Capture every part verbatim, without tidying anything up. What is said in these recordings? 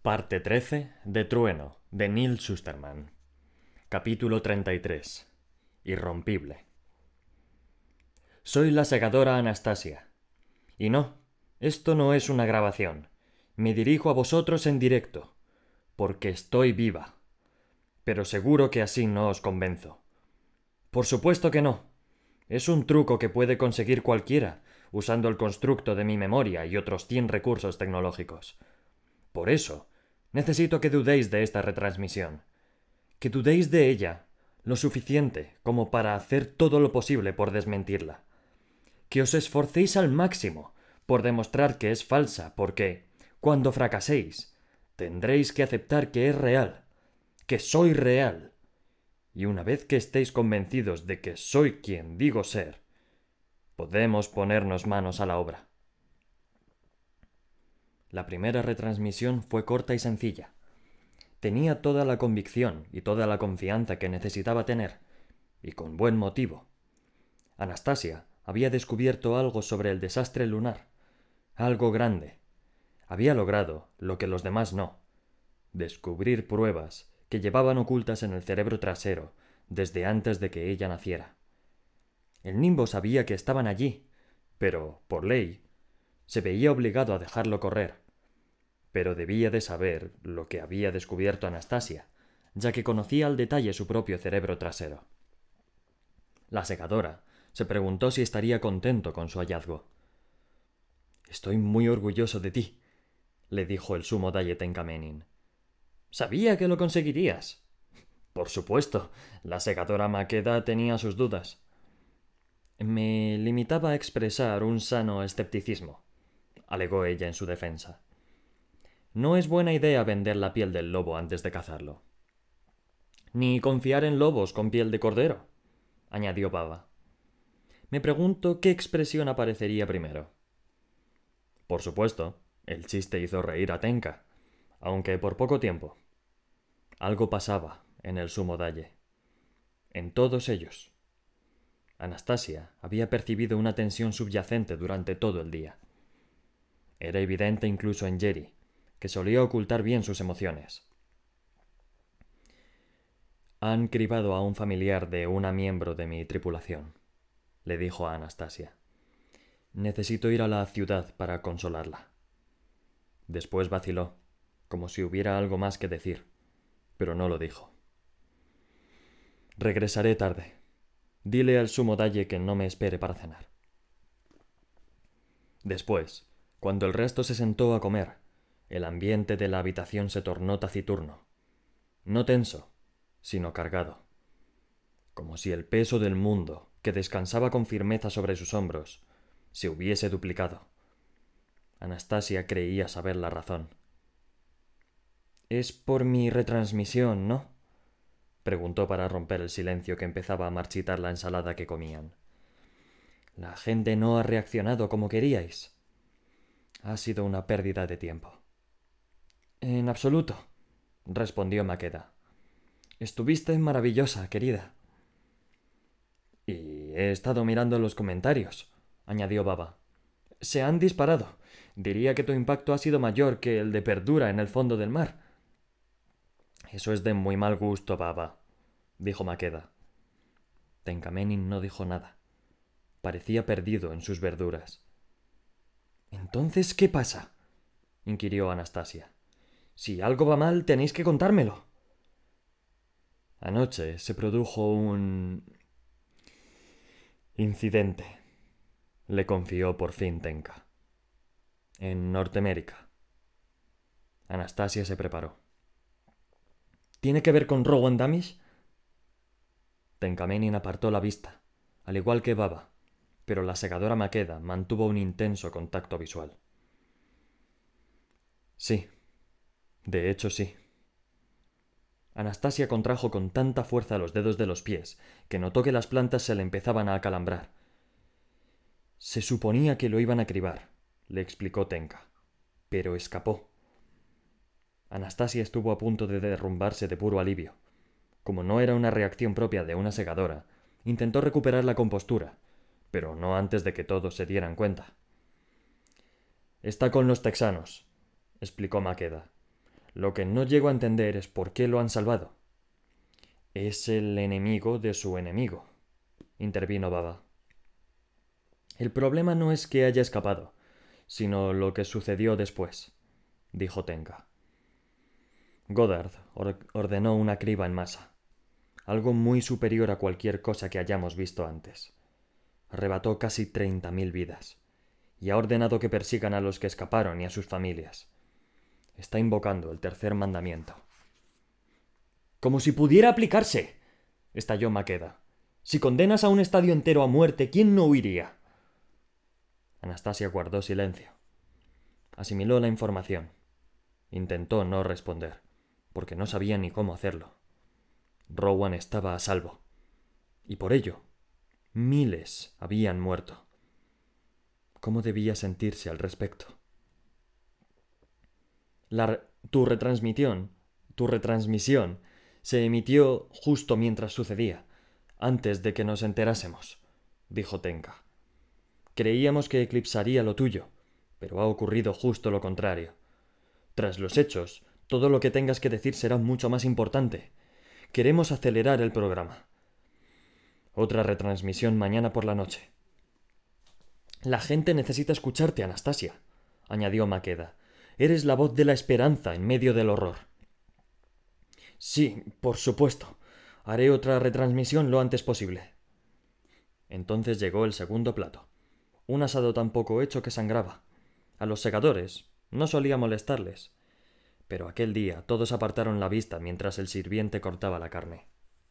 Parte trece de Trueno, de Neil Shusterman. Capítulo treinta y tres. Irrompible. Soy la segadora Anastasia. Y no, esto no es una grabación. Me dirijo a vosotros en directo, porque estoy viva. Pero seguro que así no os convenzo. Por supuesto que no. Es un truco que puede conseguir cualquiera, usando el constructo de mi memoria y otros cien recursos tecnológicos. Por eso, necesito que dudéis de esta retransmisión. Que dudéis de ella lo suficiente como para hacer todo lo posible por desmentirla. Que os esforcéis al máximo por demostrar que es falsa, porque, cuando fracaséis, tendréis que aceptar que es real, que soy real. Y una vez que estéis convencidos de que soy quien digo ser, podemos ponernos manos a la obra. La primera retransmisión fue corta y sencilla. Tenía toda la convicción y toda la confianza que necesitaba tener, y con buen motivo. Anastasia había descubierto algo sobre el desastre lunar, algo grande. Había logrado lo que los demás no: descubrir pruebas que llevaban ocultas en el cerebro trasero desde antes de que ella naciera. El Nimbo sabía que estaban allí, pero, por ley, se veía obligado a dejarlo correr. Pero debía de saber lo que había descubierto Anastasia, ya que conocía al detalle su propio cerebro trasero. La segadora se preguntó si estaría contento con su hallazgo. «Estoy muy orgulloso de ti», le dijo el sumo Daye Tenkamenin. «Sabía que lo conseguirías». «Por supuesto, la segadora Makeda tenía sus dudas». «Me limitaba a expresar un sano escepticismo», alegó ella en su defensa. «No es buena idea vender la piel del lobo antes de cazarlo». «Ni confiar en lobos con piel de cordero», añadió Baba. «Me pregunto qué expresión aparecería primero». Por supuesto, el chiste hizo reír a Tenka, aunque por poco tiempo. Algo pasaba en el sumo Daye. En todos ellos. Anastasia había percibido una tensión subyacente durante todo el día. Era evidente incluso en Jerry, que solía ocultar bien sus emociones. «Han cribado a un familiar de una miembro de mi tripulación», le dijo a Anastasia. «Necesito ir a la ciudad para consolarla». Después vaciló, como si hubiera algo más que decir, pero no lo dijo. «Regresaré tarde. Dile al sumo Daye que no me espere para cenar». Después, cuando el resto se sentó a comer, el ambiente de la habitación se tornó taciturno, no tenso, sino cargado, como si el peso del mundo, que descansaba con firmeza sobre sus hombros, se hubiese duplicado. Anastasia creía saber la razón. «Es por mi retransmisión, ¿no?», preguntó para romper el silencio que empezaba a marchitar la ensalada que comían. «La gente no ha reaccionado como queríais». «Ha sido una pérdida de tiempo». «En absoluto», respondió Makeda. «Estuviste maravillosa, querida». «Y he estado mirando los comentarios», añadió Baba. «Se han disparado. Diría que tu impacto ha sido mayor que el de Perdura en el fondo del mar». «Eso es de muy mal gusto, Baba», dijo Makeda. Tenkamenin no dijo nada. Parecía perdido en sus verduras. «¿Entonces qué pasa?», inquirió Anastasia. «Si algo va mal, tenéis que contármelo». «Anoche se produjo un incidente», le confió por fin Tenka. «En Norteamérica». Anastasia se preparó. «¿Tiene que ver con Rowan Damish?» Tenkamenin apartó la vista, al igual que Baba, pero la segadora Makeda mantuvo un intenso contacto visual. «Sí, de hecho sí». Anastasia contrajo con tanta fuerza los dedos de los pies que notó que las plantas se le empezaban a acalambrar. «Se suponía que lo iban a cribar», le explicó Tenka, «pero escapó». Anastasia estuvo a punto de derrumbarse de puro alivio. Como no era una reacción propia de una segadora, intentó recuperar la compostura, pero no antes de que todos se dieran cuenta. «Está con los texanos», explicó Makeda. Lo que no llego a entender es por qué lo han salvado. Es el enemigo de su enemigo, intervino Baba. El problema no es que haya escapado, sino lo que sucedió después, dijo Tenka. Goddard or- ordenó una criba en masa, algo muy superior a cualquier cosa que hayamos visto antes. Arrebató casi treinta mil vidas, y ha ordenado que persigan a los que escaparon y a sus familias. Está invocando el tercer mandamiento. ¡Como si pudiera aplicarse!, estalló Maqueda. Si condenas a un estadio entero a muerte, ¿quién no huiría? Anastasia guardó silencio. Asimiló la información. Intentó no responder, porque no sabía ni cómo hacerlo. Rowan estaba a salvo. Y por ello, miles habían muerto. ¿Cómo debía sentirse al respecto? La, tu retransmisión, tu retransmisión, se emitió justo mientras sucedía, antes de que nos enterásemos, dijo Tenka. Creíamos que eclipsaría lo tuyo, pero ha ocurrido justo lo contrario. Tras los hechos, todo lo que tengas que decir será mucho más importante. Queremos acelerar el programa. Otra retransmisión mañana por la noche. La gente necesita escucharte, Anastasia, añadió Maqueda. Eres la voz de la esperanza en medio del horror. Sí, por supuesto. Haré otra retransmisión lo antes posible. Entonces llegó el segundo plato. Un asado tan poco hecho que sangraba. A los segadores no solía molestarles, pero aquel día todos apartaron la vista mientras el sirviente cortaba la carne.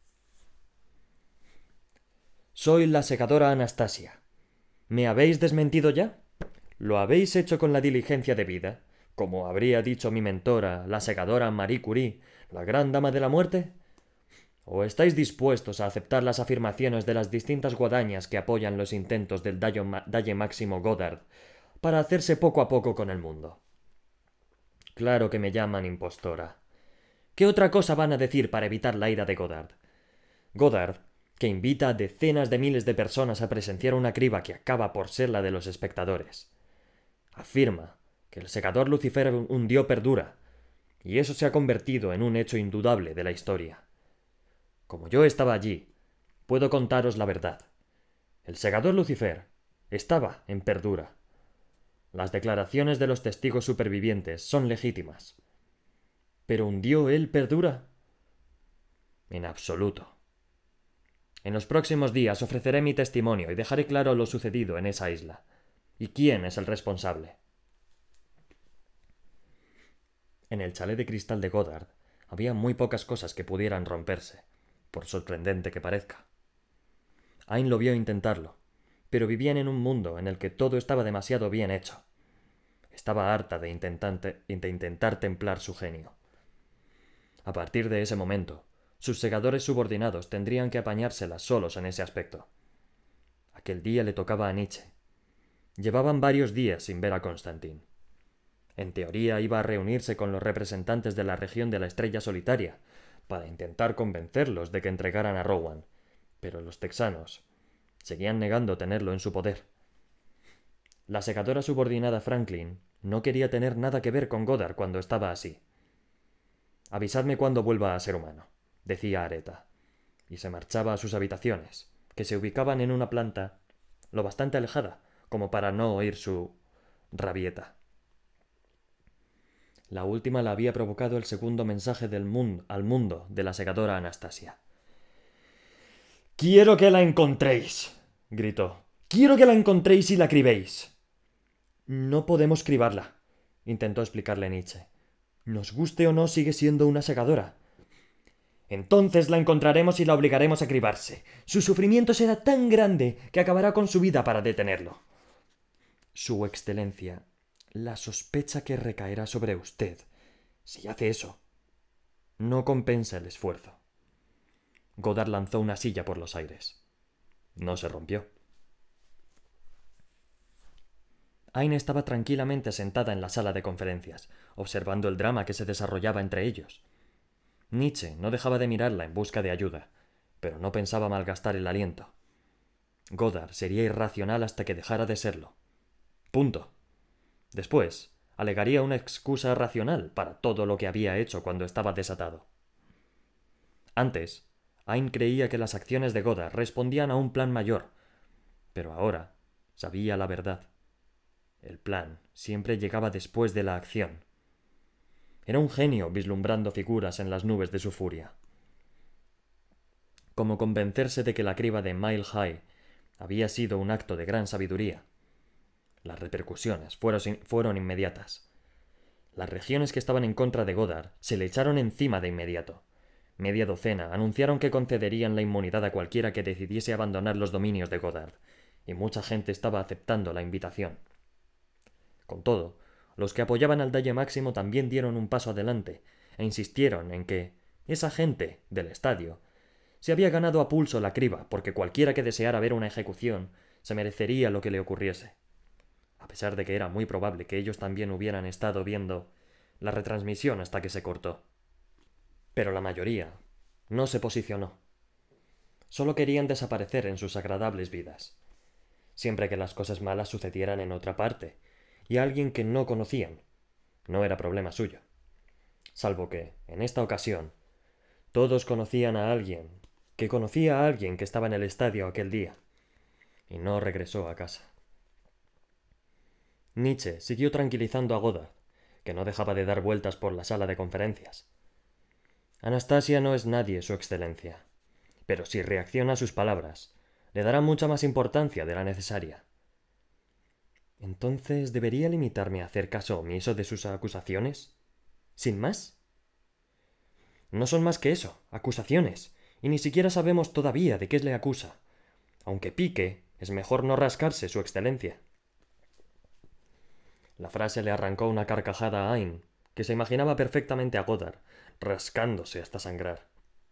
Soy la segadora Anastasia. ¿Me habéis desmentido ya? ¿Lo habéis hecho con la diligencia debida, como habría dicho mi mentora, la segadora Marie Curie, la gran dama de la muerte? ¿O estáis dispuestos a aceptar las afirmaciones de las distintas guadañas que apoyan los intentos del Dalle Máximo Goddard para hacerse poco a poco con el mundo? Claro que me llaman impostora. ¿Qué otra cosa van a decir para evitar la ira de Goddard? Goddard, que invita a decenas de miles de personas a presenciar una criba que acaba por ser la de los espectadores. Afirma que el segador Lucifer hundió Perdura, y eso se ha convertido en un hecho indudable de la historia. Como yo estaba allí, puedo contaros la verdad. El segador Lucifer estaba en Perdura. Las declaraciones de los testigos supervivientes son legítimas. ¿Pero hundió él Perdura? En absoluto. En los próximos días ofreceré mi testimonio y dejaré claro lo sucedido en esa isla. ¿Y quién es el responsable? En el chalet de cristal de Goddard había muy pocas cosas que pudieran romperse, por sorprendente que parezca. Ain lo vio intentarlo, pero vivían en un mundo en el que todo estaba demasiado bien hecho. Estaba harta de, de intentar templar su genio. A partir de ese momento, sus segadores subordinados tendrían que apañárselas solos en ese aspecto. Aquel día le tocaba a Nietzsche. Llevaban varios días sin ver a Constantin. En teoría iba a reunirse con los representantes de la región de la Estrella Solitaria para intentar convencerlos de que entregaran a Rowan, pero los texanos seguían negando tenerlo en su poder. La segadora subordinada Franklin no quería tener nada que ver con Goddard cuando estaba así. Avisadme cuando vuelva a ser humano, decía Areta, y se marchaba a sus habitaciones, que se ubicaban en una planta lo bastante alejada como para no oír su rabieta. La última la había provocado el segundo mensaje del mundo al mundo de la segadora Anastasia. «¡Quiero que la encontréis!», gritó. «¡Quiero que la encontréis y la cribéis!». «No podemos cribarla», intentó explicarle Nietzsche. «Nos guste o no, sigue siendo una segadora». «Entonces la encontraremos y la obligaremos a cribarse. Su sufrimiento será tan grande que acabará con su vida para detenerlo». «Su excelencia, la sospecha que recaerá sobre usted, si hace eso, no compensa el esfuerzo». Goddard lanzó una silla por los aires. No se rompió. Ain estaba tranquilamente sentada en la sala de conferencias, observando el drama que se desarrollaba entre ellos. Nietzsche no dejaba de mirarla en busca de ayuda, pero no pensaba malgastar el aliento. Goddard sería irracional hasta que dejara de serlo. Punto. Después, alegaría una excusa racional para todo lo que había hecho cuando estaba desatado. Antes, Ain creía que las acciones de Goddard respondían a un plan mayor, pero ahora sabía la verdad. El plan siempre llegaba después de la acción. Era un genio vislumbrando figuras en las nubes de su furia. Como convencerse de que la criba de Mile High había sido un acto de gran sabiduría. Las repercusiones fueron, fueron inmediatas. Las regiones que estaban en contra de Goddard se le echaron encima de inmediato. Media docena anunciaron que concederían la inmunidad a cualquiera que decidiese abandonar los dominios de Goddard, y mucha gente estaba aceptando la invitación. Con todo, los que apoyaban al Dalle Máximo también dieron un paso adelante e insistieron en que esa gente del estadio se había ganado a pulso la criba porque cualquiera que deseara ver una ejecución se merecería lo que le ocurriese, a pesar de que era muy probable que ellos también hubieran estado viendo la retransmisión hasta que se cortó. Pero la mayoría no se posicionó. Solo querían desaparecer en sus agradables vidas, siempre que las cosas malas sucedieran en otra parte, y a alguien que no conocían. No era problema suyo. Salvo que, en esta ocasión, todos conocían a alguien que conocía a alguien que estaba en el estadio aquel día, y no regresó a casa. Nietzsche siguió tranquilizando a Goddard, que no dejaba de dar vueltas por la sala de conferencias. Anastasia no es nadie, Su Excelencia, pero si reacciona a sus palabras, le dará mucha más importancia de la necesaria. ¿Entonces debería limitarme a hacer caso omiso de sus acusaciones? ¿Sin más? No son más que eso, acusaciones, y ni siquiera sabemos todavía de qué le acusa. Aunque pique, es mejor no rascarse, Su Excelencia. La frase le arrancó una carcajada a Ain, que se imaginaba perfectamente a Goddard, rascándose hasta sangrar.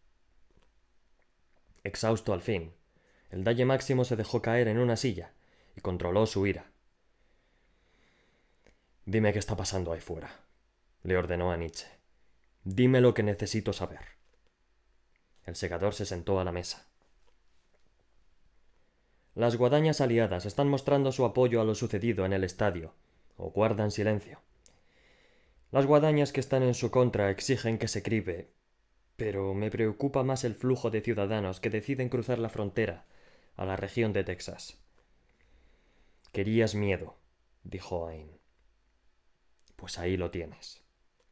Exhausto al fin, el Dalle Máximo se dejó caer en una silla y controló su ira. «Dime qué está pasando ahí fuera», le ordenó a Nietzsche. «Dime lo que necesito saber». El segador se sentó a la mesa. Las guadañas aliadas están mostrando su apoyo a lo sucedido en el estadio, o guardan silencio. Las guadañas que están en su contra exigen que se cribe, pero me preocupa más el flujo de ciudadanos que deciden cruzar la frontera a la región de Texas. «Querías miedo», dijo Ain. «Pues ahí lo tienes».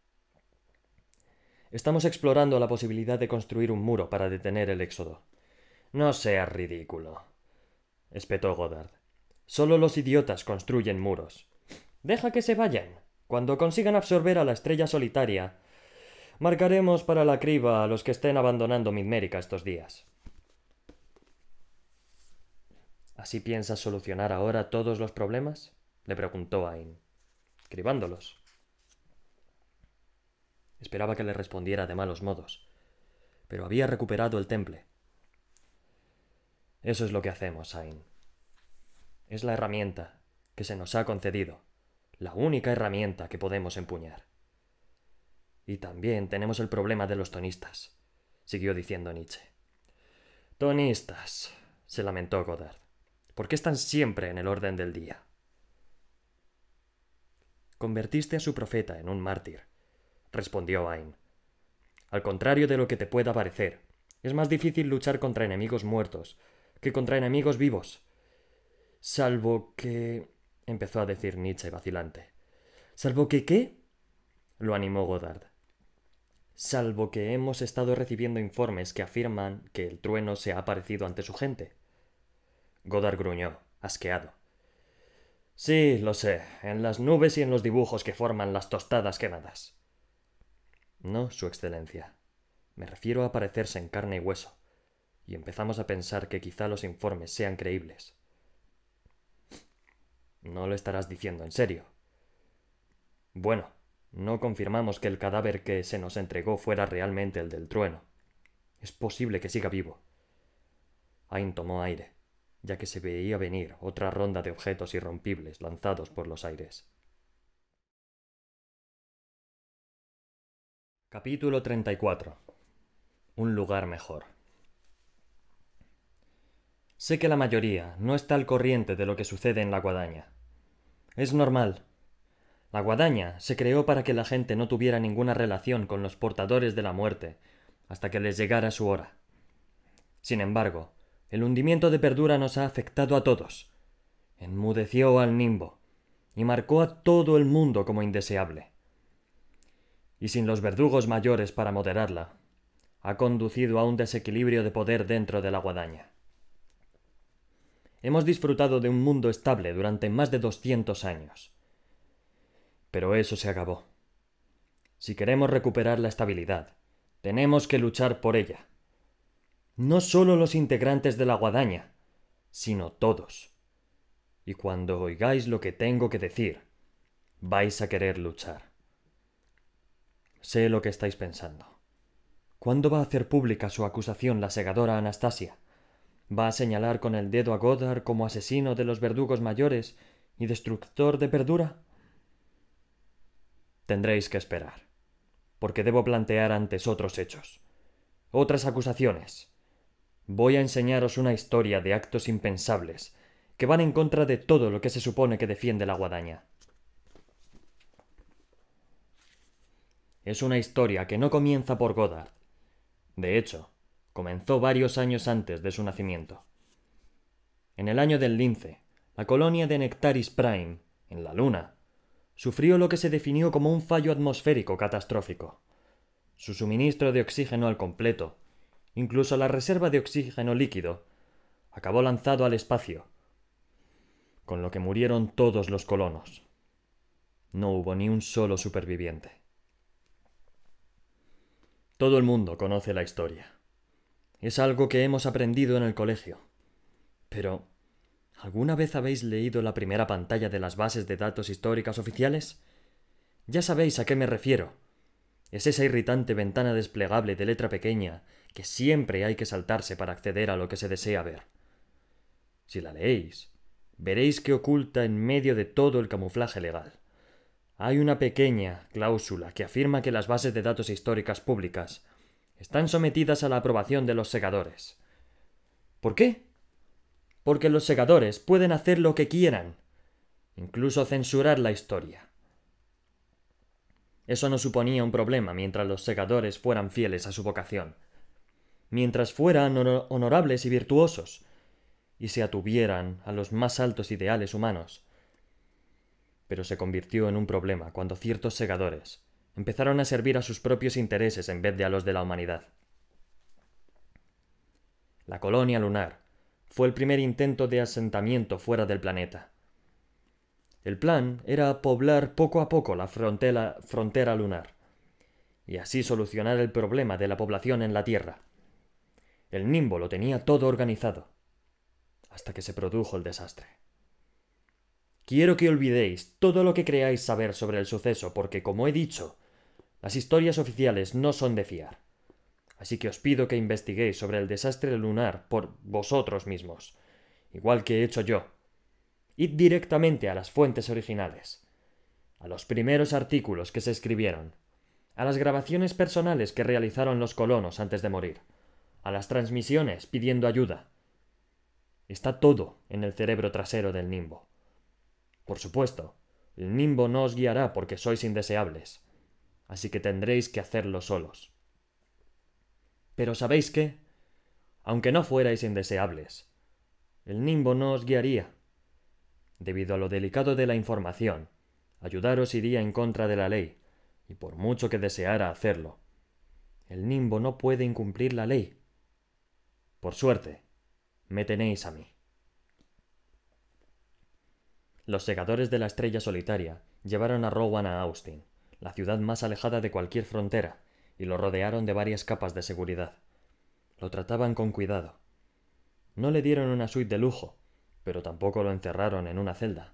«Estamos explorando la posibilidad de construir un muro para detener el éxodo». «No seas ridículo», espetó Goddard. «Solo los idiotas construyen muros. Deja que se vayan. Cuando consigan absorber a la estrella solitaria, marcaremos para la criba a los que estén abandonando Midmérica estos días». «¿Así piensas solucionar ahora todos los problemas?», le preguntó Ain. «Cribándolos». Esperaba que le respondiera de malos modos, pero había recuperado el temple. «Eso es lo que hacemos, Ain. Es la herramienta que se nos ha concedido, la única herramienta que podemos empuñar». «Y también tenemos el problema de los tonistas», siguió diciendo Nietzsche. «Tonistas», se lamentó Goddard. «¿Por qué están siempre en el orden del día?» «Convertiste a su profeta en un mártir», respondió Ain. «Al contrario de lo que te pueda parecer, es más difícil luchar contra enemigos muertos que contra enemigos vivos. Salvo que... empezó a decir Nietzsche vacilante. ¿Salvo que qué?, lo animó Goddard. «Salvo que hemos estado recibiendo informes que afirman que el trueno se ha aparecido ante su gente». Goddard gruñó, asqueado. «Sí, lo sé, en las nubes y en los dibujos que forman las tostadas quemadas». «No, Su Excelencia. Me refiero a aparecerse en carne y hueso, y empezamos a pensar que quizá los informes sean creíbles». «No lo estarás diciendo en serio». «Bueno, no confirmamos que el cadáver que se nos entregó fuera realmente el del trueno. Es posible que siga vivo». Ain tomó aire, ya que se veía venir otra ronda de objetos irrompibles lanzados por los aires. Capítulo treinta y cuatro. Un lugar mejor. Sé que la mayoría no está al corriente de lo que sucede en la guadaña. Es normal. La guadaña se creó para que la gente no tuviera ninguna relación con los portadores de la muerte hasta que les llegara su hora. Sin embargo, el hundimiento de Perdura nos ha afectado a todos. Enmudeció al Nimbo y marcó a todo el mundo como indeseable. Y sin los verdugos mayores para moderarla, ha conducido a un desequilibrio de poder dentro de la guadaña. Hemos disfrutado de un mundo estable durante más de doscientos años. Pero eso se acabó. Si queremos recuperar la estabilidad, tenemos que luchar por ella. No solo los integrantes de la guadaña, sino todos. Y cuando oigáis lo que tengo que decir, vais a querer luchar. Sé lo que estáis pensando. ¿Cuándo va a hacer pública su acusación la segadora Anastasia? ¿Va a señalar con el dedo a Goddard como asesino de los verdugos mayores y destructor de Perdura? Tendréis que esperar, porque debo plantear antes otros hechos, otras acusaciones. Voy a enseñaros una historia de actos impensables que van en contra de todo lo que se supone que defiende la guadaña. Es una historia que no comienza por Goddard. De hecho, comenzó varios años antes de su nacimiento. En el año del lince, la colonia de Nectaris Prime, en la Luna, sufrió lo que se definió como un fallo atmosférico catastrófico. Su suministro de oxígeno al completo, incluso la reserva de oxígeno líquido, acabó lanzado al espacio, con lo que murieron todos los colonos. No hubo ni un solo superviviente. Todo el mundo conoce la historia. Es algo que hemos aprendido en el colegio. Pero, ¿alguna vez habéis leído la primera pantalla de las bases de datos históricas oficiales? Ya sabéis a qué me refiero. Es esa irritante ventana desplegable de letra pequeña que siempre hay que saltarse para acceder a lo que se desea ver. Si la leéis, veréis que oculta en medio de todo el camuflaje legal. Hay una pequeña cláusula que afirma que las bases de datos históricas públicas están sometidas a la aprobación de los segadores. ¿Por qué? Porque los segadores pueden hacer lo que quieran, incluso censurar la historia. Eso no suponía un problema mientras los segadores fueran fieles a su vocación, mientras fueran honor- honorables y virtuosos, y se atuvieran a los más altos ideales humanos. Pero se convirtió en un problema cuando ciertos segadores empezaron a servir a sus propios intereses en vez de a los de la humanidad. La colonia lunar fue el primer intento de asentamiento fuera del planeta. El plan era poblar poco a poco la frontera, frontera lunar, y así solucionar el problema de la población en la Tierra. El Nimbo lo tenía todo organizado, hasta que se produjo el desastre. Quiero que olvidéis todo lo que creáis saber sobre el suceso, porque, como he dicho, las historias oficiales no son de fiar. Así que os pido que investiguéis sobre el desastre lunar por vosotros mismos, igual que he hecho yo. Id directamente a las fuentes originales, a los primeros artículos que se escribieron, a las grabaciones personales que realizaron los colonos antes de morir, a las transmisiones pidiendo ayuda. Está todo en el cerebro trasero del Nimbo. Por supuesto, el Nimbo no os guiará porque sois indeseables, así que tendréis que hacerlo solos. Pero ¿sabéis qué? Aunque no fuerais indeseables, el Nimbo no os guiaría. Debido a lo delicado de la información, ayudaros iría en contra de la ley, y por mucho que deseara hacerlo, el Nimbo no puede incumplir la ley. Por suerte, me tenéis a mí. Los segadores de la Estrella Solitaria llevaron a Rowan a Austin, la ciudad más alejada de cualquier frontera, y lo rodearon de varias capas de seguridad. Lo trataban con cuidado. No le dieron una suite de lujo, pero tampoco lo encerraron en una celda.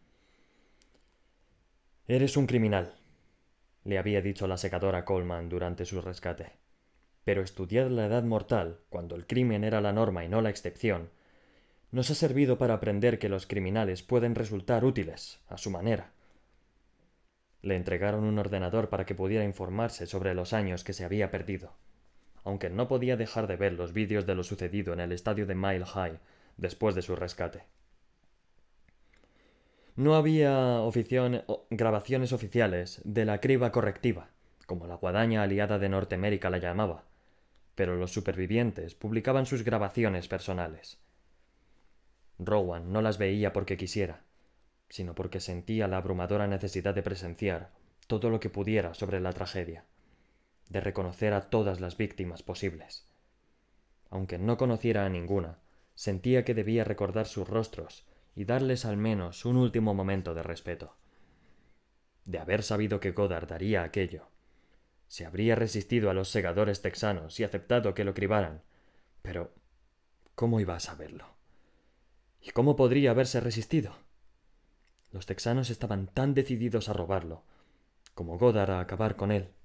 «Eres un criminal», le había dicho la segadora Coleman durante su rescate. Pero estudiar la edad mortal, cuando el crimen era la norma y no la excepción, nos ha servido para aprender que los criminales pueden resultar útiles, a su manera. Le entregaron un ordenador para que pudiera informarse sobre los años que se había perdido, aunque no podía dejar de ver los vídeos de lo sucedido en el estadio de Mile High después de su rescate. No había oficione- o- grabaciones oficiales de la criba correctiva, como la guadaña aliada de Norteamérica la llamaba, pero los supervivientes publicaban sus grabaciones personales. Rowan no las veía porque quisiera, sino porque sentía la abrumadora necesidad de presenciar todo lo que pudiera sobre la tragedia, de reconocer a todas las víctimas posibles. Aunque no conociera a ninguna, sentía que debía recordar sus rostros y darles al menos un último momento de respeto. De haber sabido que Goddard haría aquello, se habría resistido a los segadores texanos y aceptado que lo cribaran, pero ¿cómo iba a saberlo? ¿Y cómo podría haberse resistido? Los texanos estaban tan decididos a robarlo, como Goddard a acabar con él.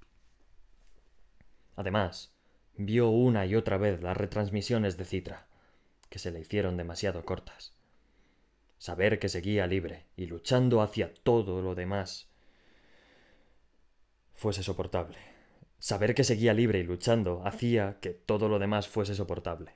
Además, vio una y otra vez las retransmisiones de Citra, que se le hicieron demasiado cortas. Saber que seguía libre y luchando hacia todo lo demás fuese soportable. Saber que seguía libre y luchando hacía que todo lo demás fuese soportable.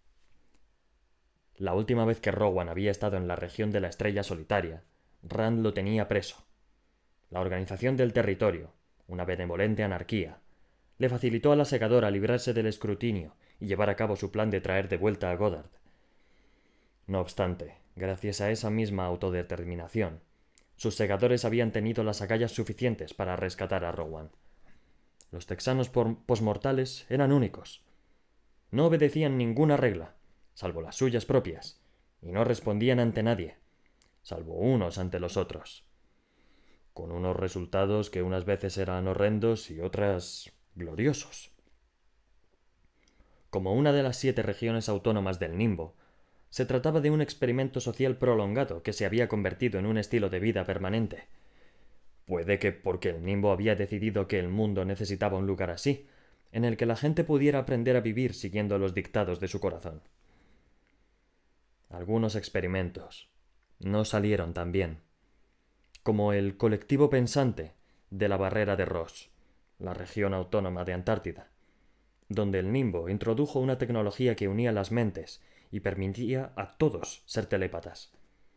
La última vez que Rowan había estado en la región de la Estrella Solitaria, Rand lo tenía preso. La organización del territorio, una benevolente anarquía, le facilitó a la segadora librarse del escrutinio y llevar a cabo su plan de traer de vuelta a Goddard. No obstante, gracias a esa misma autodeterminación, sus segadores habían tenido las agallas suficientes para rescatar a Rowan. Los texanos posmortales eran únicos. No obedecían ninguna regla, salvo las suyas propias, y no respondían ante nadie, salvo unos ante los otros, con unos resultados que unas veces eran horrendos y otras gloriosos. Como una de las siete regiones autónomas del Nimbo, se trataba de un experimento social prolongado que se había convertido en un estilo de vida permanente. Puede que porque el Nimbo había decidido que el mundo necesitaba un lugar así, en el que la gente pudiera aprender a vivir siguiendo los dictados de su corazón. Algunos experimentos no salieron tan bien, como el colectivo pensante de la Barrera de Ross, la región autónoma de Antártida, donde el Nimbo introdujo una tecnología que unía las mentes y permitía a todos ser telépatas.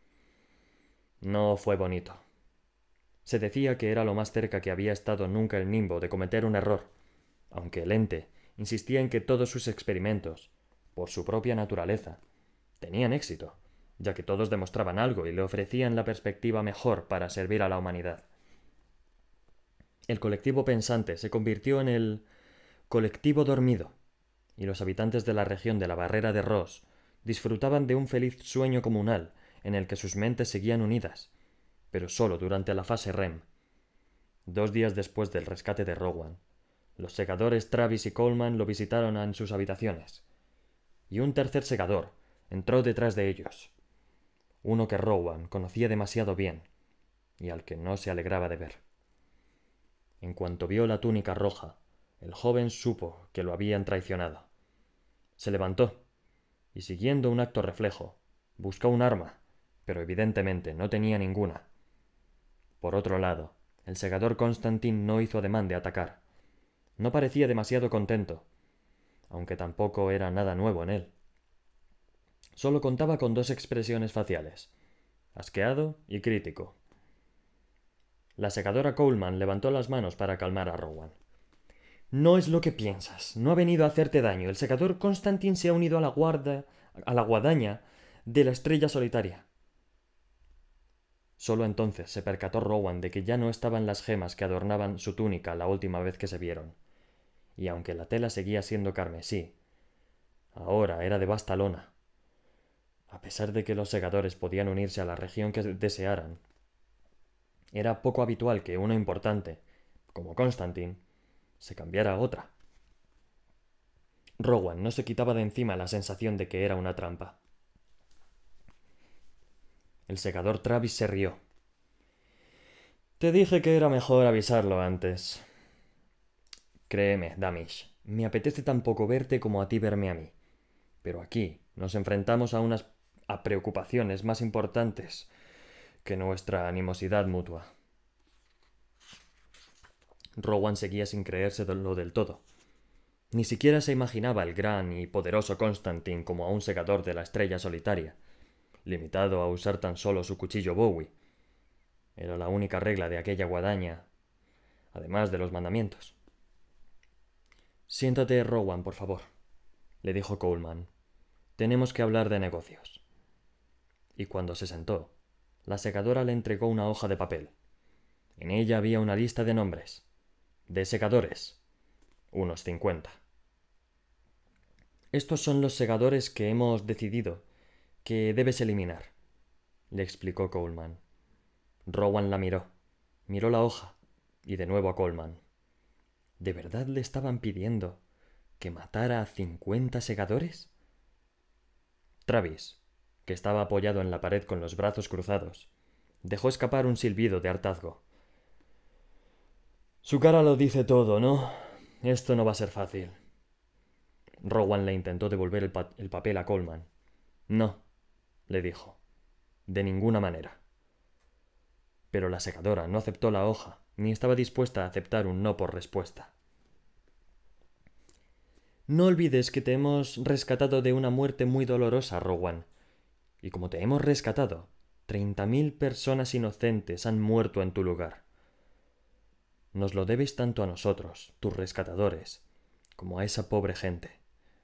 No fue bonito. Se decía que era lo más cerca que había estado nunca el Nimbo de cometer un error, aunque el ente insistía en que todos sus experimentos, por su propia naturaleza, tenían éxito, ya que todos demostraban algo y le ofrecían la perspectiva mejor para servir a la humanidad. El colectivo pensante se convirtió en el colectivo dormido, y los habitantes de la región de la Barrera de Ross disfrutaban de un feliz sueño comunal en el que sus mentes seguían unidas, pero solo durante la fase R E M. Dos días después del rescate de Rowan, los segadores Travis y Coleman lo visitaron en sus habitaciones, y un tercer segador entró detrás de ellos, uno que Rowan conocía demasiado bien y al que no se alegraba de ver. En cuanto vio la túnica roja, el joven supo que lo habían traicionado. Se levantó y, siguiendo un acto reflejo, buscó un arma, pero evidentemente no tenía ninguna. Por otro lado, el segador Constantin no hizo ademán de atacar. No parecía demasiado contento, aunque tampoco era nada nuevo en él. Solo contaba con dos expresiones faciales, asqueado y crítico. La segadora Coleman levantó las manos para calmar a Rowan. No es lo que piensas. No ha venido a hacerte daño. El segador Constantin se ha unido a la guarda, a la guadaña de la Estrella Solitaria. Solo entonces se percató Rowan de que ya no estaban las gemas que adornaban su túnica la última vez que se vieron. Y aunque la tela seguía siendo carmesí, ahora era de vasta lona. A pesar de que los segadores podían unirse a la región que desearan, era poco habitual que uno importante, como Constantin, se cambiara a otra. Rowan no se quitaba de encima la sensación de que era una trampa. El segador Travis se rió. Te dije que era mejor avisarlo antes. Créeme, Damish, me apetece tan poco verte como a ti verme a mí. Pero aquí nos enfrentamos a unas a preocupaciones más importantes que nuestra animosidad mutua. Rowan seguía sin creérselo del todo. Ni siquiera se imaginaba el gran y poderoso Constantin como a un segador de la Estrella Solitaria, limitado a usar tan solo su cuchillo Bowie, Era la única regla de aquella guadaña, además de los mandamientos. Siéntate, Rowan, por favor, le dijo Coleman. Tenemos que hablar de negocios. Y cuando se sentó, la secadora le entregó una hoja de papel. En ella había una lista de nombres. De secadores. Unos cincuenta. Estos son los segadores que hemos decidido que debes eliminar, le explicó Coleman. Rowan la miró, miró la hoja y de nuevo a Coleman. ¿De verdad le estaban pidiendo que matara a cincuenta segadores? Travis, que estaba apoyado en la pared con los brazos cruzados, dejó escapar un silbido de hartazgo. Su cara lo dice todo, ¿no? Esto no va a ser fácil. Rowan le intentó devolver el, pa- el papel a Coleman. No, le dijo. De ninguna manera. Pero la secadora no aceptó la hoja, ni estaba dispuesta a aceptar un no por respuesta. No olvides que te hemos rescatado de una muerte muy dolorosa, Rowan. Y como te hemos rescatado, treinta mil personas inocentes han muerto en tu lugar. Nos lo debes tanto a nosotros, tus rescatadores, como a esa pobre gente.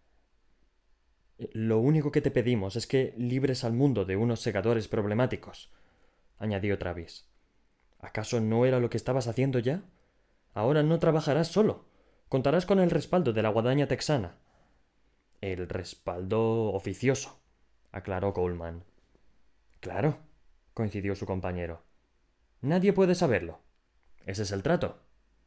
Lo único que te pedimos es que libres al mundo de unos segadores problemáticos, añadió Travis. ¿Acaso no era lo que estabas haciendo ya? Ahora no trabajarás solo. Contarás con el respaldo de la guadaña texana. El respaldo oficioso, aclaró Coleman. Claro, coincidió su compañero. Nadie puede saberlo. Ese es el trato.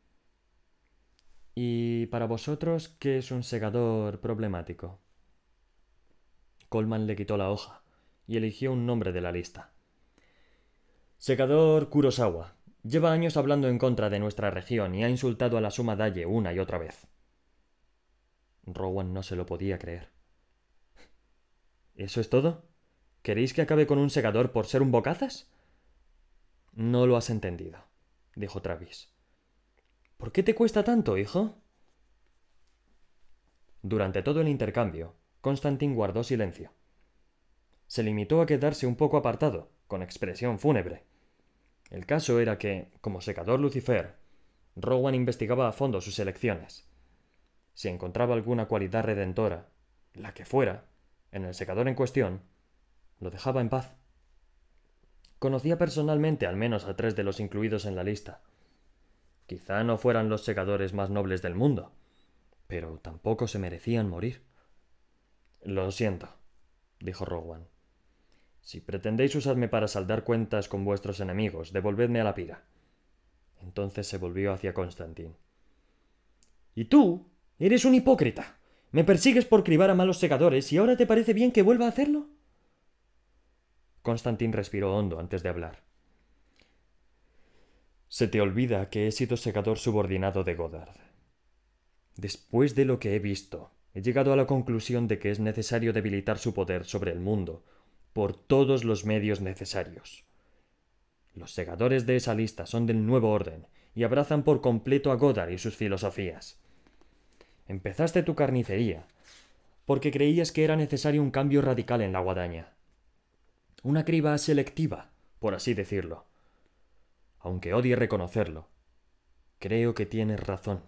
¿Y para vosotros qué es un segador problemático? Coleman le quitó la hoja y eligió un nombre de la lista. Segador Kurosawa. Lleva años hablando en contra de nuestra región y ha insultado a la Suma Dalle una y otra vez. Rowan no se lo podía creer. ¿Eso es todo? ¿Queréis que acabe con un segador por ser un bocazas? No lo has entendido, dijo Travis. ¿Por qué te cuesta tanto, hijo? Durante todo el intercambio, Constantin guardó silencio. Se limitó a quedarse un poco apartado, con expresión fúnebre. El caso era que, como secador Lucifer, Rowan investigaba a fondo sus elecciones. Si encontraba alguna cualidad redentora, la que fuera, en el secador en cuestión, lo dejaba en paz. Conocía personalmente al menos a tres de los incluidos en la lista. Quizá no fueran los segadores más nobles del mundo, pero tampoco se merecían morir. Lo siento, dijo Rowan. Si pretendéis usarme para saldar cuentas con vuestros enemigos, devolvedme a la pira. Entonces se volvió hacia Constantin. ¿Y tú? Eres un hipócrita. Me persigues por cribar a malos segadores y ahora te parece bien que vuelva a hacerlo. Constantin respiró hondo antes de hablar. Se te olvida que he sido segador subordinado de Goddard. Después de lo que he visto, he llegado a la conclusión de que es necesario debilitar su poder sobre el mundo por todos los medios necesarios. Los segadores de esa lista son del nuevo orden y abrazan por completo a Goddard y sus filosofías. Empezaste tu carnicería porque creías que era necesario un cambio radical en la guadaña. Una criba selectiva, por así decirlo. Aunque odie reconocerlo, creo que tienes razón.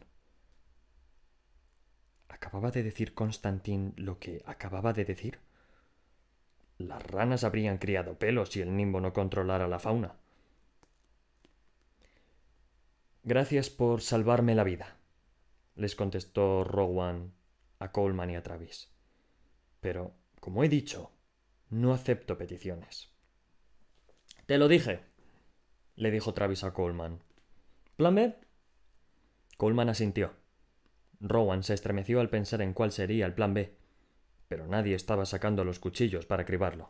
¿Acababa de decir Constantin lo que acababa de decir? Las ranas habrían criado pelos si el nimbo no controlara la fauna. Gracias por salvarme la vida, les contestó Rowan a Coleman y a Travis. Pero, como he dicho, no acepto peticiones. Te lo dije, le dijo Travis a Coleman. ¿Plan B? Coleman asintió. Rowan se estremeció al pensar en cuál sería el plan B, pero nadie estaba sacando los cuchillos para cribarlo.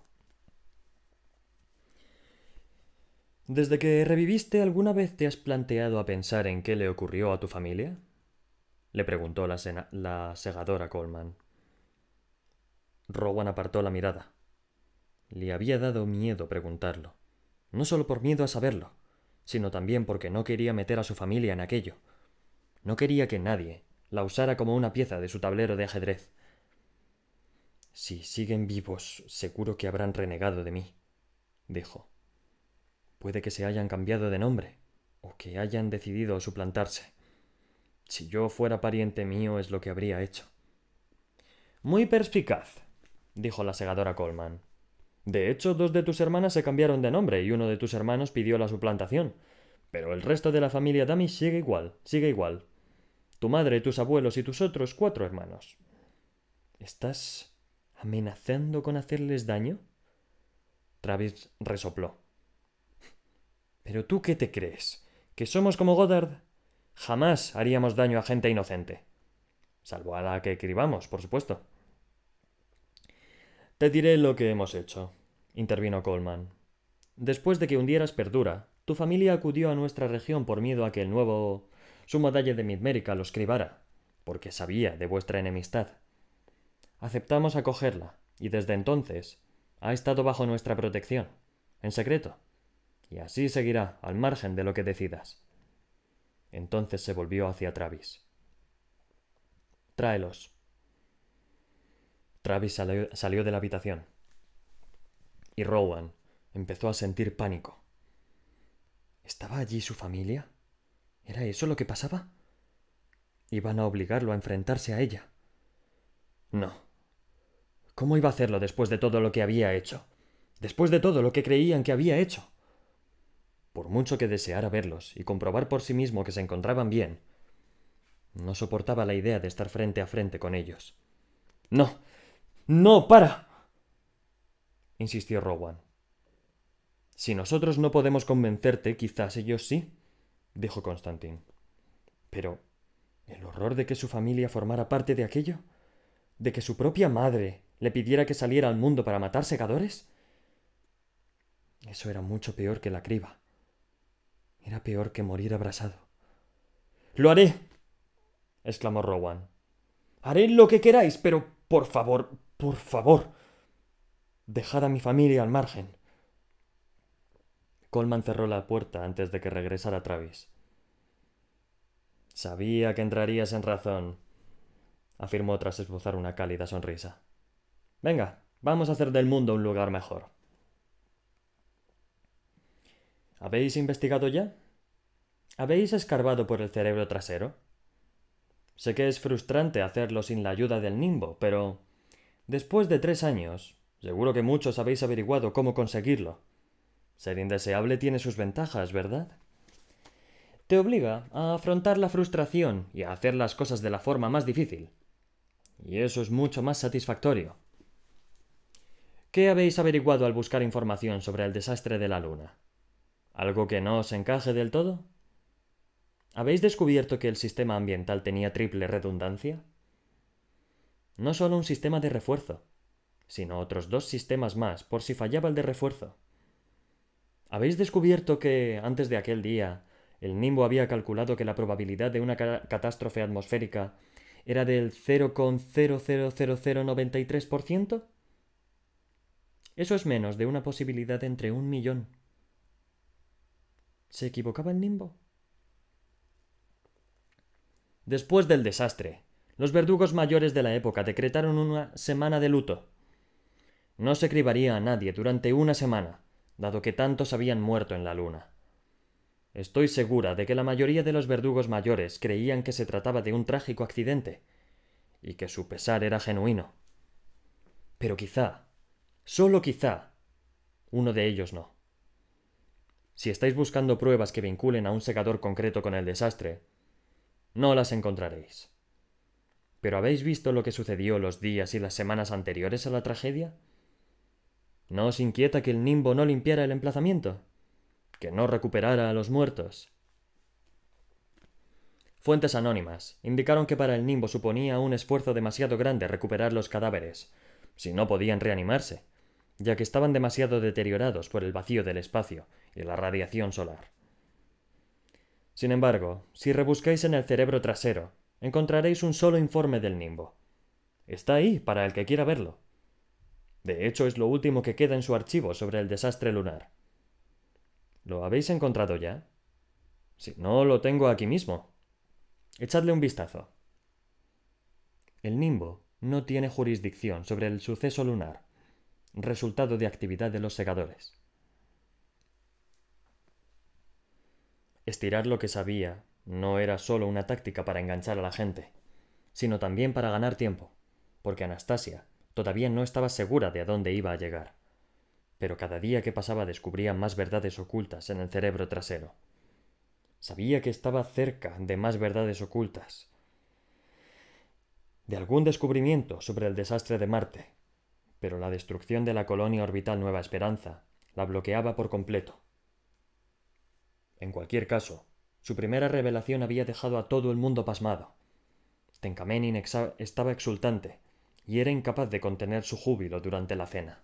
¿Desde que reviviste alguna vez te has planteado a pensar en qué le ocurrió a tu familia? Le preguntó la, sena- la segadora Coleman. Rowan apartó la mirada. Le había dado miedo preguntarlo, no solo por miedo a saberlo, sino también porque no quería meter a su familia en aquello. No quería que nadie la usara como una pieza de su tablero de ajedrez. Si siguen vivos, seguro que habrán renegado de mí, dijo. Puede que se hayan cambiado de nombre, o que hayan decidido suplantarse. Si yo fuera pariente mío es lo que habría hecho. Muy perspicaz, dijo la segadora Coleman. De hecho, dos de tus hermanas se cambiaron de nombre y uno de tus hermanos pidió la suplantación. Pero el resto de la familia Damish sigue igual, sigue igual. Tu madre, tus abuelos y tus otros cuatro hermanos. ¿Estás amenazando con hacerles daño? Travis resopló. ¿Pero tú qué te crees? ¿Que somos como Goddard? Jamás haríamos daño a gente inocente. Salvo a la que escribamos, por supuesto. Te diré lo que hemos hecho, intervino Coleman. Después de que hundieras Perdura, tu familia acudió a nuestra región por miedo a que el nuevo sumo dalle de Midmerica los cribara, porque sabía de vuestra enemistad. Aceptamos acogerla, y desde entonces ha estado bajo nuestra protección, en secreto, y así seguirá, al margen de lo que decidas. Entonces se volvió hacia Travis. Tráelos. Travis salió, salió de la habitación. Y Rowan empezó a sentir pánico. ¿Estaba allí su familia? ¿Era eso lo que pasaba? Iban a obligarlo a enfrentarse a ella. No. ¿Cómo iba a hacerlo después de todo lo que había hecho? Después de todo lo que creían que había hecho. Por mucho que deseara verlos y comprobar por sí mismo que se encontraban bien, no soportaba la idea de estar frente a frente con ellos. ¡No! ¡No! ¡Para! Insistió Rowan. Si nosotros no podemos convencerte, quizás ellos sí, dijo Constantine. Pero, ¿el horror de que su familia formara parte de aquello? ¿De que su propia madre le pidiera que saliera al mundo para matar segadores? Eso era mucho peor que la criba. Era peor que morir abrasado. ¡Lo haré!, exclamó Rowan. Haré lo que queráis, pero por favor, por favor, dejad a mi familia al margen. Coleman cerró la puerta antes de que regresara Travis. Sabía que entrarías en razón, afirmó tras esbozar una cálida sonrisa. Venga, vamos a hacer del mundo un lugar mejor. ¿Habéis investigado ya? ¿Habéis escarbado por el cerebro trasero? Sé que es frustrante hacerlo sin la ayuda del nimbo, pero después de tres años, seguro que muchos habéis averiguado cómo conseguirlo. Ser indeseable tiene sus ventajas, ¿verdad? Te obliga a afrontar la frustración y a hacer las cosas de la forma más difícil. Y eso es mucho más satisfactorio. ¿Qué habéis averiguado al buscar información sobre el desastre de la Luna? ¿Algo que no os encaje del todo? ¿Habéis descubierto que el sistema ambiental tenía triple redundancia? No solo un sistema de refuerzo, sino otros dos sistemas más por si fallaba el de refuerzo. ¿Habéis descubierto que, antes de aquel día, el nimbo había calculado que la probabilidad de una ca- catástrofe atmosférica era del cero coma cero cero cero cero noventa y tres por ciento? Eso es menos de una posibilidad entre un millón. ¿Se equivocaba el nimbo? Después del desastre, los verdugos mayores de la época decretaron una semana de luto. No se cribaría a nadie durante una semana, dado que tantos habían muerto en la luna. Estoy segura de que la mayoría de los verdugos mayores creían que se trataba de un trágico accidente, y que su pesar era genuino. Pero quizá, solo quizá, uno de ellos no. Si estáis buscando pruebas que vinculen a un segador concreto con el desastre, no las encontraréis. ¿Pero habéis visto lo que sucedió los días y las semanas anteriores a la tragedia? ¿No os inquieta que el nimbo no limpiara el emplazamiento? ¿Que no recuperara a los muertos? Fuentes anónimas indicaron que para el nimbo suponía un esfuerzo demasiado grande recuperar los cadáveres, si no podían reanimarse, ya que estaban demasiado deteriorados por el vacío del espacio y la radiación solar. Sin embargo, si rebuscáis en el cerebro trasero, encontraréis un solo informe del nimbo. Está ahí para el que quiera verlo. De hecho, es lo último que queda en su archivo sobre el desastre lunar. ¿Lo habéis encontrado ya? Si no, lo tengo aquí mismo. Echadle un vistazo. El nimbo no tiene jurisdicción sobre el suceso lunar, resultado de actividad de los segadores. Estirar lo que sabía no era solo una táctica para enganchar a la gente, sino también para ganar tiempo, porque Anastasia todavía no estaba segura de a dónde iba a llegar. Pero cada día que pasaba descubría más verdades ocultas en el cerebro trasero. Sabía que estaba cerca de más verdades ocultas, de algún descubrimiento sobre el desastre de Marte, pero la destrucción de la colonia orbital Nueva Esperanza la bloqueaba por completo. En cualquier caso, su primera revelación había dejado a todo el mundo pasmado. Tenkamenin estaba exultante y era incapaz de contener su júbilo durante la cena.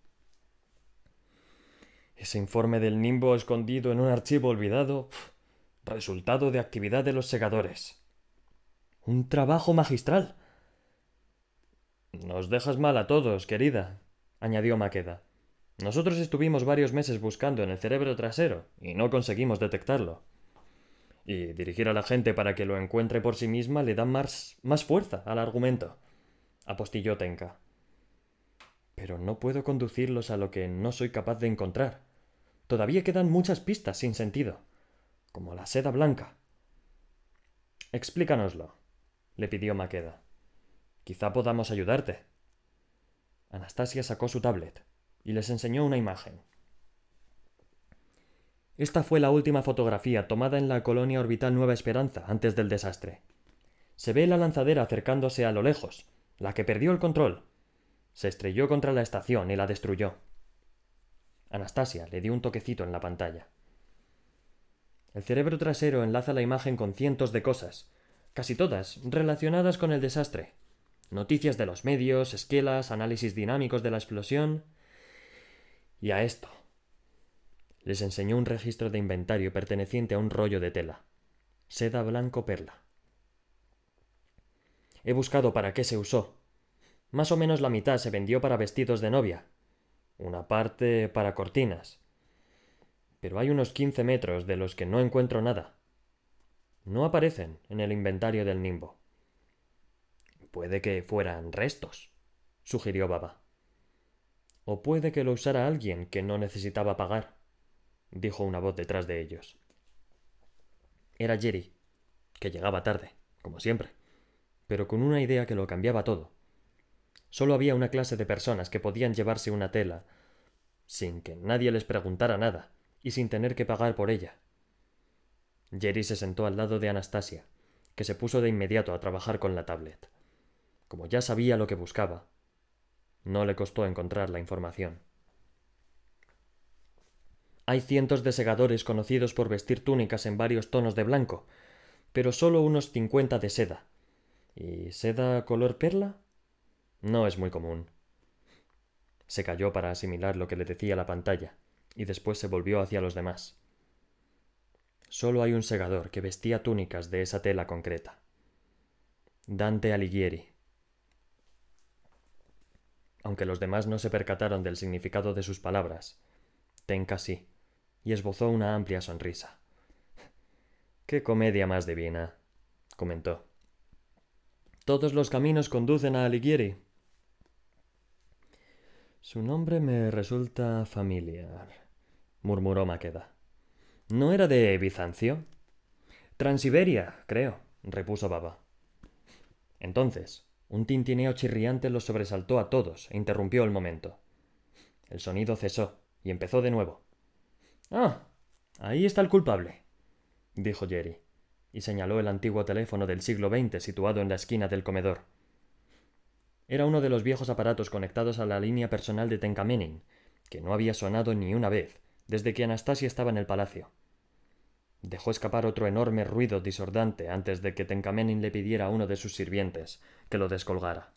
Ese informe del Nimbo escondido en un archivo olvidado, pf, resultado de actividad de los segadores. ¡Un trabajo magistral! Nos dejas mal a todos, querida, añadió Makeda. Nosotros estuvimos varios meses buscando en el cerebro trasero y no conseguimos detectarlo. Y dirigir a la gente para que lo encuentre por sí misma le da más, más fuerza al argumento, apostilló Tenka. Pero no puedo conducirlos a lo que no soy capaz de encontrar. Todavía quedan muchas pistas sin sentido, como la seda blanca. Explícanoslo, le pidió Makeda. Quizá podamos ayudarte. Anastasia sacó su tablet y les enseñó una imagen. Esta fue la última fotografía tomada en la colonia orbital Nueva Esperanza antes del desastre. Se ve la lanzadera acercándose a lo lejos, la que perdió el control. Se estrelló contra la estación y la destruyó. Anastasia le dio un toquecito en la pantalla. El cerebro trasero enlaza la imagen con cientos de cosas, casi todas relacionadas con el desastre. Noticias de los medios, esquelas, análisis dinámicos de la explosión. Y a esto. Les enseñó un registro de inventario perteneciente a un rollo de tela. Seda blanco perla. He buscado para qué se usó. Más o menos la mitad se vendió para vestidos de novia. Una parte para cortinas. Pero hay unos quince metros de los que no encuentro nada. No aparecen en el inventario del Nimbo. Puede que fueran restos, sugirió Baba. O puede que lo usara alguien que no necesitaba pagar, dijo una voz detrás de ellos. Era Jerry, que llegaba tarde, como siempre, pero con una idea que lo cambiaba todo. Solo había una clase de personas que podían llevarse una tela sin que nadie les preguntara nada y sin tener que pagar por ella. Jerry se sentó al lado de Anastasia, que se puso de inmediato a trabajar con la tablet. Como ya sabía lo que buscaba, no le costó encontrar la información. Hay cientos de segadores conocidos por vestir túnicas en varios tonos de blanco, pero solo unos cincuenta de seda. ¿Y seda color perla? No es muy común. Se calló para asimilar lo que le decía la pantalla, y después se volvió hacia los demás. Solo hay un segador que vestía túnicas de esa tela concreta. Dante Alighieri. Aunque los demás no se percataron del significado de sus palabras, Tenka sí, y esbozó una amplia sonrisa. «¡Qué comedia más divina!», comentó. «Todos los caminos conducen a Alighieri». «Su nombre me resulta familiar», murmuró Makeda. «¿No era de Bizancio?» «Transiberia, creo», repuso Baba. Entonces, un tintineo chirriante los sobresaltó a todos e interrumpió el momento. El sonido cesó y empezó de nuevo. «Ah, ahí está el culpable», dijo Jerry, y señaló el antiguo teléfono del siglo veinte situado en la esquina del comedor. Era uno de los viejos aparatos conectados a la línea personal de Tenkamenin, que no había sonado ni una vez desde que Anastasia estaba en el palacio. Dejó escapar otro enorme ruido disordante antes de que Tenkamenin le pidiera a uno de sus sirvientes que lo descolgara.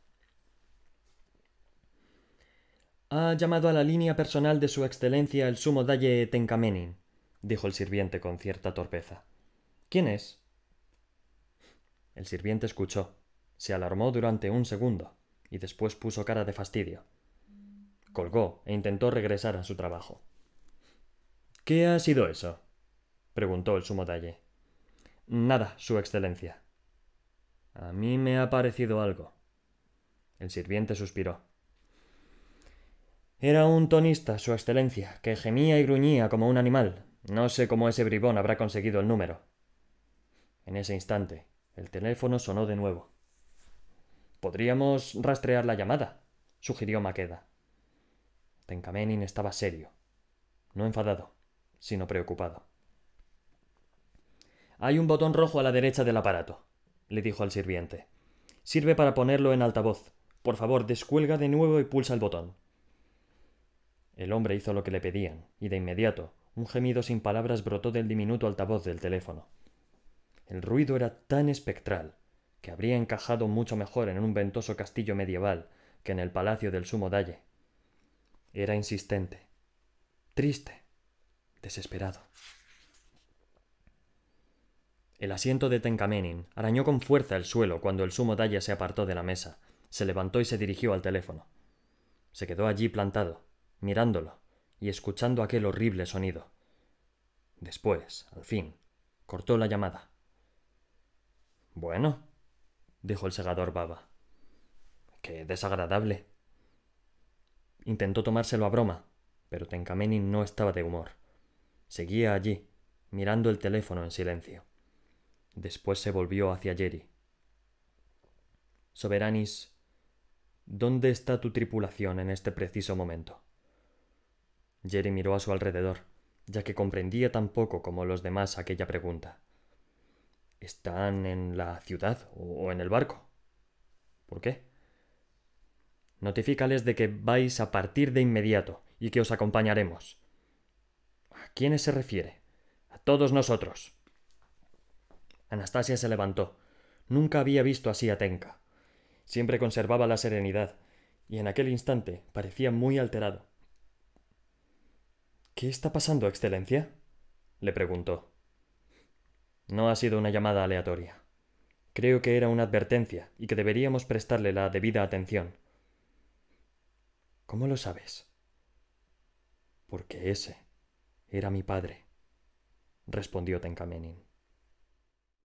«Ha llamado a la línea personal de su excelencia el sumo dalle Tenkamenin», dijo el sirviente con cierta torpeza. «¿Quién es?» El sirviente escuchó, se alarmó durante un segundo y después puso cara de fastidio. Colgó e intentó regresar a su trabajo. «¿Qué ha sido eso?», preguntó el sumo dalle. «Nada, su excelencia». «A mí me ha parecido algo». El sirviente suspiró. «Era un tonista, su excelencia, que gemía y gruñía como un animal. No sé cómo ese bribón habrá conseguido el número. En ese instante, el teléfono sonó de nuevo. Podríamos rastrear la llamada, sugirió Maqueda. Tencamenin estaba serio, no enfadado, sino preocupado. Hay un botón rojo a la derecha del aparato, le dijo al sirviente. Sirve para ponerlo en altavoz. Por favor, descuelga de nuevo y pulsa el botón. El hombre hizo lo que le pedían, y de inmediato un gemido sin palabras brotó del diminuto altavoz del teléfono. El ruido era tan espectral que habría encajado mucho mejor en un ventoso castillo medieval que en el palacio del sumo dalle. Era insistente, triste, desesperado. El asiento de Tencamenin arañó con fuerza el suelo cuando el sumo dalle se apartó de la mesa, se levantó y se dirigió al teléfono. Se quedó allí plantado, mirándolo y escuchando aquel horrible sonido. Después, al fin, cortó la llamada. Bueno, dijo el segador Baba. Qué desagradable. Intentó tomárselo a broma, pero Tencamenin no estaba de humor. Seguía allí, mirando el teléfono en silencio. Después se volvió hacia Jerry. Soberanis, ¿dónde está tu tripulación en este preciso momento? Jerry miró a su alrededor, ya que comprendía tan poco como los demás aquella pregunta. ¿Están en la ciudad o en el barco? ¿Por qué? Notifícales de que vais a partir de inmediato y que os acompañaremos. ¿A quiénes se refiere? A todos nosotros. Anastasia se levantó. Nunca había visto así a Tenka. Siempre conservaba la serenidad, y en aquel instante parecía muy alterado. ¿Qué está pasando, Excelencia? Le preguntó. No ha sido una llamada aleatoria. Creo que era una advertencia y que deberíamos prestarle la debida atención. ¿Cómo lo sabes? Porque ese era mi padre, respondió Tencamenin.